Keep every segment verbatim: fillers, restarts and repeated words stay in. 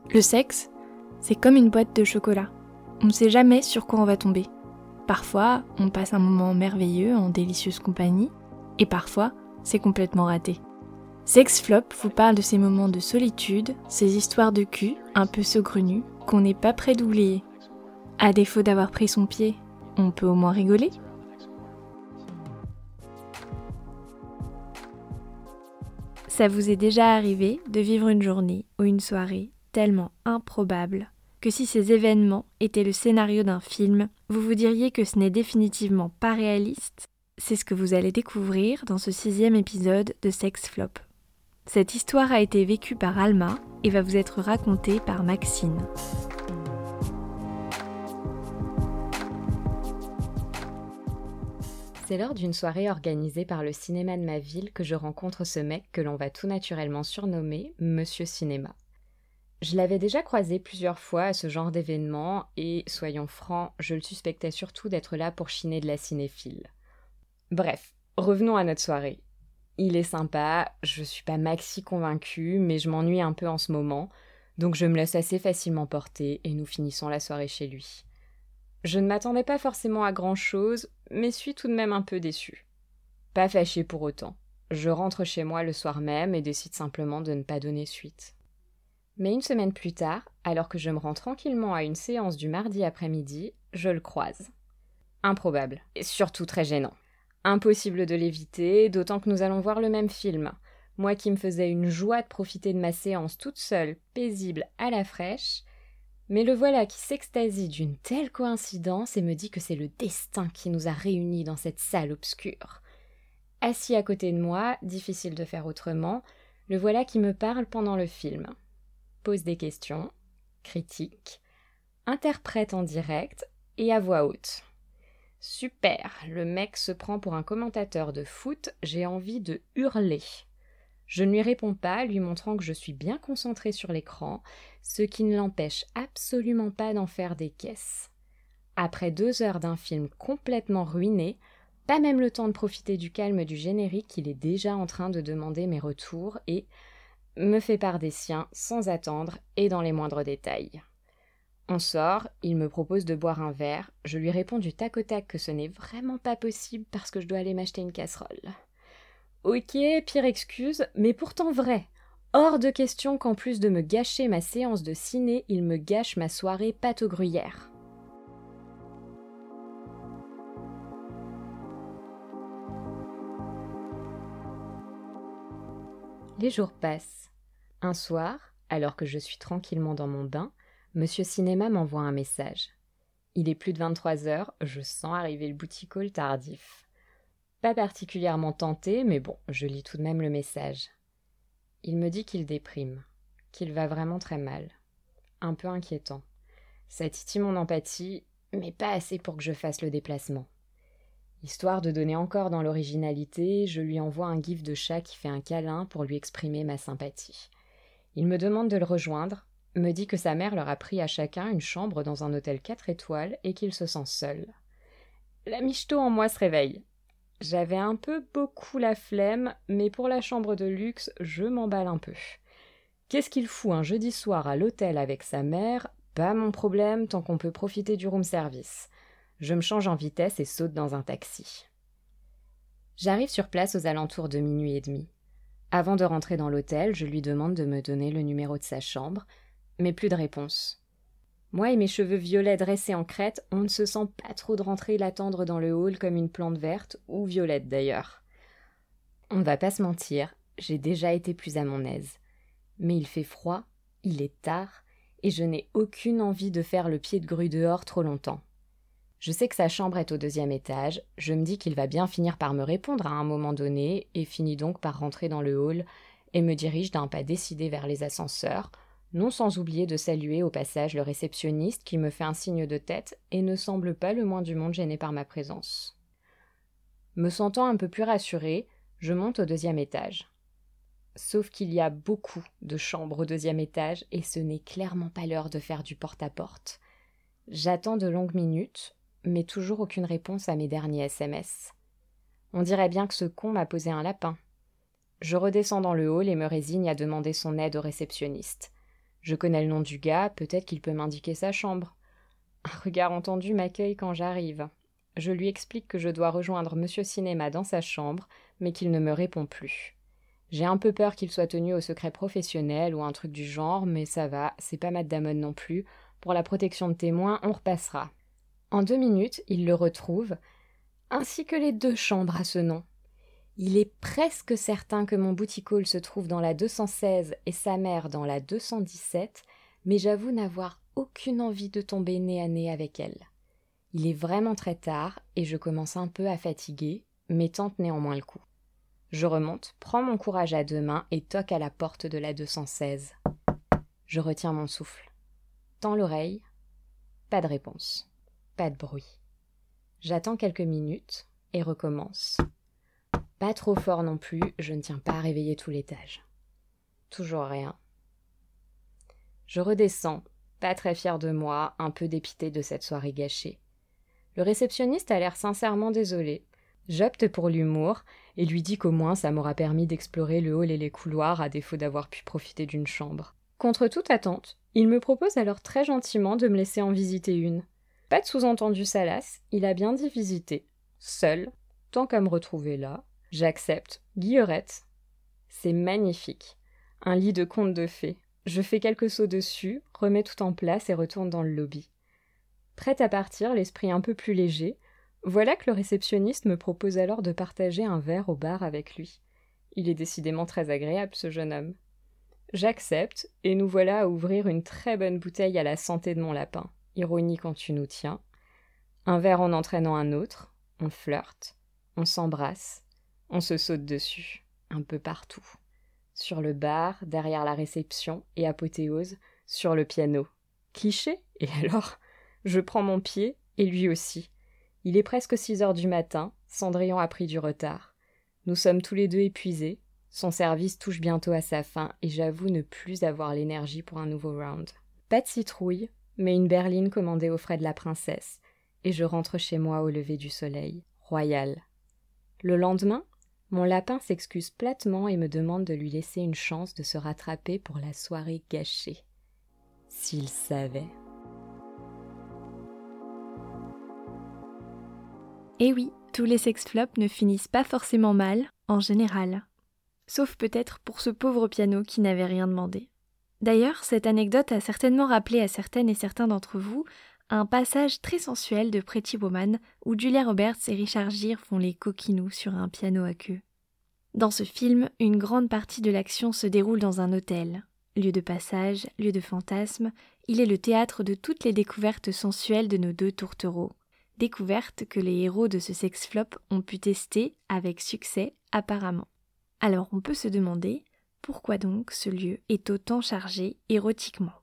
Le sexe, c'est comme une boîte de chocolat. On ne sait jamais sur quoi on va tomber. Parfois, on passe un moment merveilleux en délicieuse compagnie, et parfois, c'est complètement raté. Sexflop vous parle de ces moments de solitude, ces histoires de cul un peu saugrenues qu'on n'est pas prêt d'oublier. À défaut d'avoir pris son pied, on peut au moins rigoler. Ça vous est déjà arrivé de vivre une journée ou une soirée tellement improbable que si ces événements étaient le scénario d'un film, vous vous diriez que ce n'est définitivement pas réaliste? C'est ce que vous allez découvrir dans ce sixième épisode de Sexflop. Cette histoire a été vécue par Alma et va vous être racontée par Maxine. C'est lors d'une soirée organisée par le cinéma de ma ville que je rencontre ce mec que l'on va tout naturellement surnommer Monsieur Cinéma. Je l'avais déjà croisé plusieurs fois à ce genre d'événement et, soyons francs, je le suspectais surtout d'être là pour chiner de la cinéphile. Bref, revenons à notre soirée. Il est sympa, je suis pas maxi convaincue, mais je m'ennuie un peu en ce moment, donc je me laisse assez facilement porter et nous finissons la soirée chez lui. Je ne m'attendais pas forcément à grand-chose, mais suis tout de même un peu déçue. Pas fâchée pour autant. Je rentre chez moi le soir même et décide simplement de ne pas donner suite. Mais une semaine plus tard, alors que je me rends tranquillement à une séance du mardi après-midi, je le croise. Improbable, et surtout très gênant. Impossible de l'éviter, d'autant que nous allons voir le même film. Moi qui me faisais une joie de profiter de ma séance toute seule, paisible, à la fraîche, mais le voilà qui s'extasie d'une telle coïncidence et me dit que c'est le destin qui nous a réunis dans cette salle obscure. Assis à côté de moi, difficile de faire autrement, le voilà qui me parle pendant le film. Pose des questions, critique, interprète en direct et à voix haute. Super, le mec se prend pour un commentateur de foot, j'ai envie de hurler. Je ne lui réponds pas, lui montrant que je suis bien concentrée sur l'écran, ce qui ne l'empêche absolument pas d'en faire des caisses. Après deux heures d'un film complètement ruiné, pas même le temps de profiter du calme du générique, il est déjà en train de demander mes retours et me fait part des siens sans attendre et dans les moindres détails. On sort, il me propose de boire un verre, je lui réponds du tac au tac que ce n'est vraiment pas possible parce que je dois aller m'acheter une casserole. Ok, pire excuse, mais pourtant vrai. Hors de question qu'en plus de me gâcher ma séance de ciné, il me gâche ma soirée pâte aux gruyères. Les jours passent. Un soir, alors que je suis tranquillement dans mon bain, Monsieur Cinéma m'envoie un message. Il est plus de vingt-trois heures, je sens arriver le booty call tardif. Pas particulièrement tentée, mais bon, je lis tout de même le message. Il me dit qu'il déprime, qu'il va vraiment très mal. Un peu inquiétant. Ça titille mon empathie, mais pas assez pour que je fasse le déplacement. Histoire de donner encore dans l'originalité, je lui envoie un gif de chat qui fait un câlin pour lui exprimer ma sympathie. Il me demande de le rejoindre, me dit que sa mère leur a pris à chacun une chambre dans un hôtel quatre étoiles et qu'il se sent seul. La michto en moi se réveille. J'avais un peu beaucoup la flemme, mais pour la chambre de luxe, je m'emballe un peu. Qu'est-ce qu'il fout un jeudi soir à l'hôtel avec sa mère? Pas mon problème tant qu'on peut profiter du room service. Je me change en vitesse et saute dans un taxi. J'arrive sur place aux alentours de minuit et demi. Avant de rentrer dans l'hôtel, je lui demande de me donner le numéro de sa chambre, mais plus de réponse. Moi et mes cheveux violets dressés en crête, on ne se sent pas trop de rentrer l'attendre dans le hall comme une plante verte, ou violette d'ailleurs. On ne va pas se mentir, j'ai déjà été plus à mon aise. Mais il fait froid, il est tard, et je n'ai aucune envie de faire le pied de grue dehors trop longtemps. Je sais que sa chambre est au deuxième étage, je me dis qu'il va bien finir par me répondre à un moment donné, et finis donc par rentrer dans le hall, et me dirige d'un pas décidé vers les ascenseurs, non sans oublier de saluer au passage le réceptionniste qui me fait un signe de tête et ne semble pas le moins du monde gêné par ma présence. Me sentant un peu plus rassurée, je monte au deuxième étage. Sauf qu'il y a beaucoup de chambres au deuxième étage et ce n'est clairement pas l'heure de faire du porte-à-porte. J'attends de longues minutes, mais toujours aucune réponse à mes derniers S M S. On dirait bien que ce con m'a posé un lapin. Je redescends dans le hall et me résigne à demander son aide au réceptionniste. Je connais le nom du gars, peut-être qu'il peut m'indiquer sa chambre. Un regard entendu m'accueille quand j'arrive. Je lui explique que je dois rejoindre Monsieur Cinéma dans sa chambre, mais qu'il ne me répond plus. J'ai un peu peur qu'il soit tenu au secret professionnel ou un truc du genre, mais ça va, c'est pas Matt Damon non plus. Pour la protection de témoins, on repassera. En deux minutes, il le retrouve, ainsi que les deux chambres à ce nom. Il est presque certain que mon booty call se trouve dans la deux cent seize et sa mère dans la deux cent dix-sept, mais j'avoue n'avoir aucune envie de tomber nez à nez avec elle. Il est vraiment très tard et je commence un peu à fatiguer, mais tente néanmoins le coup. Je remonte, prends mon courage à deux mains et toque à la porte de la deux cent seize. Je retiens mon souffle. Tends l'oreille. Pas de réponse. Pas de bruit. J'attends quelques minutes et recommence. Pas trop fort non plus, je ne tiens pas à réveiller tout l'étage. Toujours rien. Je redescends, pas très fière de moi, un peu dépitée de cette soirée gâchée. Le réceptionniste a l'air sincèrement désolé. J'opte pour l'humour et lui dis qu'au moins ça m'aura permis d'explorer le hall et les couloirs à défaut d'avoir pu profiter d'une chambre. Contre toute attente, il me propose alors très gentiment de me laisser en visiter une. Pas de sous-entendu salace, il a bien dit visiter. Seul, tant qu'à me retrouver là, j'accepte. Guillerette. C'est magnifique. Un lit de conte de fées. Je fais quelques sauts dessus, remets tout en place et retourne dans le lobby. Prête à partir, l'esprit un peu plus léger, voilà que le réceptionniste me propose alors de partager un verre au bar avec lui. Il est décidément très agréable, ce jeune homme. J'accepte, et nous voilà à ouvrir une très bonne bouteille à la santé de mon lapin. Ironie quand tu nous tiens. Un verre en entraînant un autre, on flirte, on s'embrasse, on se saute dessus, un peu partout. Sur le bar, derrière la réception, et apothéose, sur le piano. Cliché ? Et alors ? Je prends mon pied, et lui aussi. Il est presque six heures du matin, Cendrillon a pris du retard. Nous sommes tous les deux épuisés, son service touche bientôt à sa fin, et j'avoue ne plus avoir l'énergie pour un nouveau round. Pas de citrouille, mais une berline commandée aux frais de la princesse, et je rentre chez moi au lever du soleil, royal. Le lendemain, mon lapin s'excuse platement et me demande de lui laisser une chance de se rattraper pour la soirée gâchée. S'il savait. Eh oui, tous les sexflops ne finissent pas forcément mal, en général. Sauf peut-être pour ce pauvre piano qui n'avait rien demandé. D'ailleurs, cette anecdote a certainement rappelé à certaines et certains d'entre vous un passage très sensuel de Pretty Woman où Julia Roberts et Richard Gere font les coquinous sur un piano à queue. Dans ce film, une grande partie de l'action se déroule dans un hôtel. Lieu de passage, lieu de fantasme, il est le théâtre de toutes les découvertes sensuelles de nos deux tourtereaux. Découvertes que les héros de ce sexflop ont pu tester avec succès apparemment. Alors on peut se demander pourquoi donc ce lieu est autant chargé érotiquement.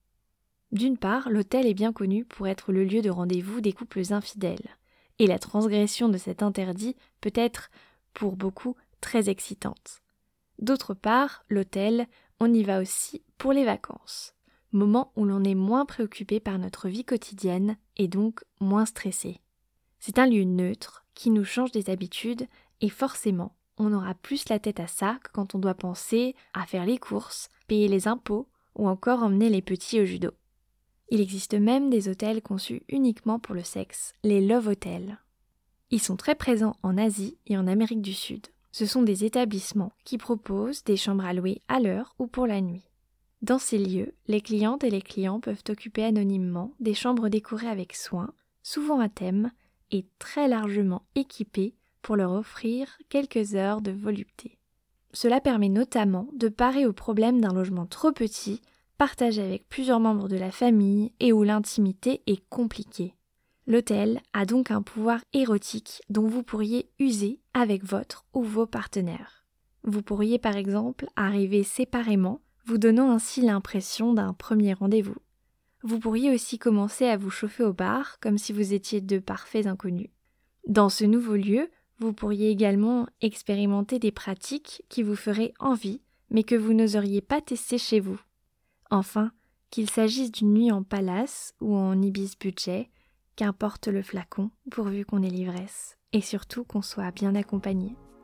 D'une part, l'hôtel est bien connu pour être le lieu de rendez-vous des couples infidèles, et la transgression de cet interdit peut être, pour beaucoup, très excitante. D'autre part, l'hôtel, on y va aussi pour les vacances, moment où l'on est moins préoccupé par notre vie quotidienne et donc moins stressé. C'est un lieu neutre qui nous change des habitudes et forcément, on aura plus la tête à ça que quand on doit penser à faire les courses, payer les impôts ou encore emmener les petits au judo. Il existe même des hôtels conçus uniquement pour le sexe, les Love Hotels. Ils sont très présents en Asie et en Amérique du Sud. Ce sont des établissements qui proposent des chambres à louer à l'heure ou pour la nuit. Dans ces lieux, les clientes et les clients peuvent occuper anonymement des chambres décorées avec soin, souvent à thème, et très largement équipées pour leur offrir quelques heures de volupté. Cela permet notamment de parer au problème d'un logement trop petit, partagé avec plusieurs membres de la famille et où l'intimité est compliquée. L'hôtel a donc un pouvoir érotique dont vous pourriez user avec votre ou vos partenaires. Vous pourriez par exemple arriver séparément, vous donnant ainsi l'impression d'un premier rendez-vous. Vous pourriez aussi commencer à vous chauffer au bar comme si vous étiez deux parfaits inconnus. Dans ce nouveau lieu, vous pourriez également expérimenter des pratiques qui vous feraient envie, mais que vous n'oseriez pas tester chez vous. Enfin, qu'il s'agisse d'une nuit en palace ou en ibis budget, qu'importe le flacon, pourvu qu'on ait l'ivresse, et surtout qu'on soit bien accompagné.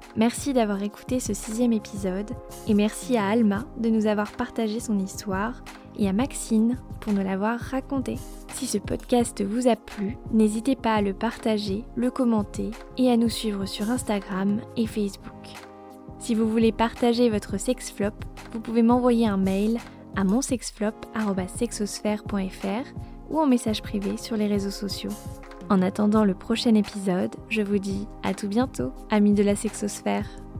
Merci d'avoir écouté ce sixième épisode et merci à Alma de nous avoir partagé son histoire et à Maxine pour nous l'avoir raconté. Si ce podcast vous a plu, n'hésitez pas à le partager, le commenter et à nous suivre sur Instagram et Facebook. Si vous voulez partager votre sexflop, vous pouvez m'envoyer un mail à monsexflop arobase sexosphère point f r ou en message privé sur les réseaux sociaux. En attendant le prochain épisode, je vous dis à tout bientôt, amis de la sexosphère.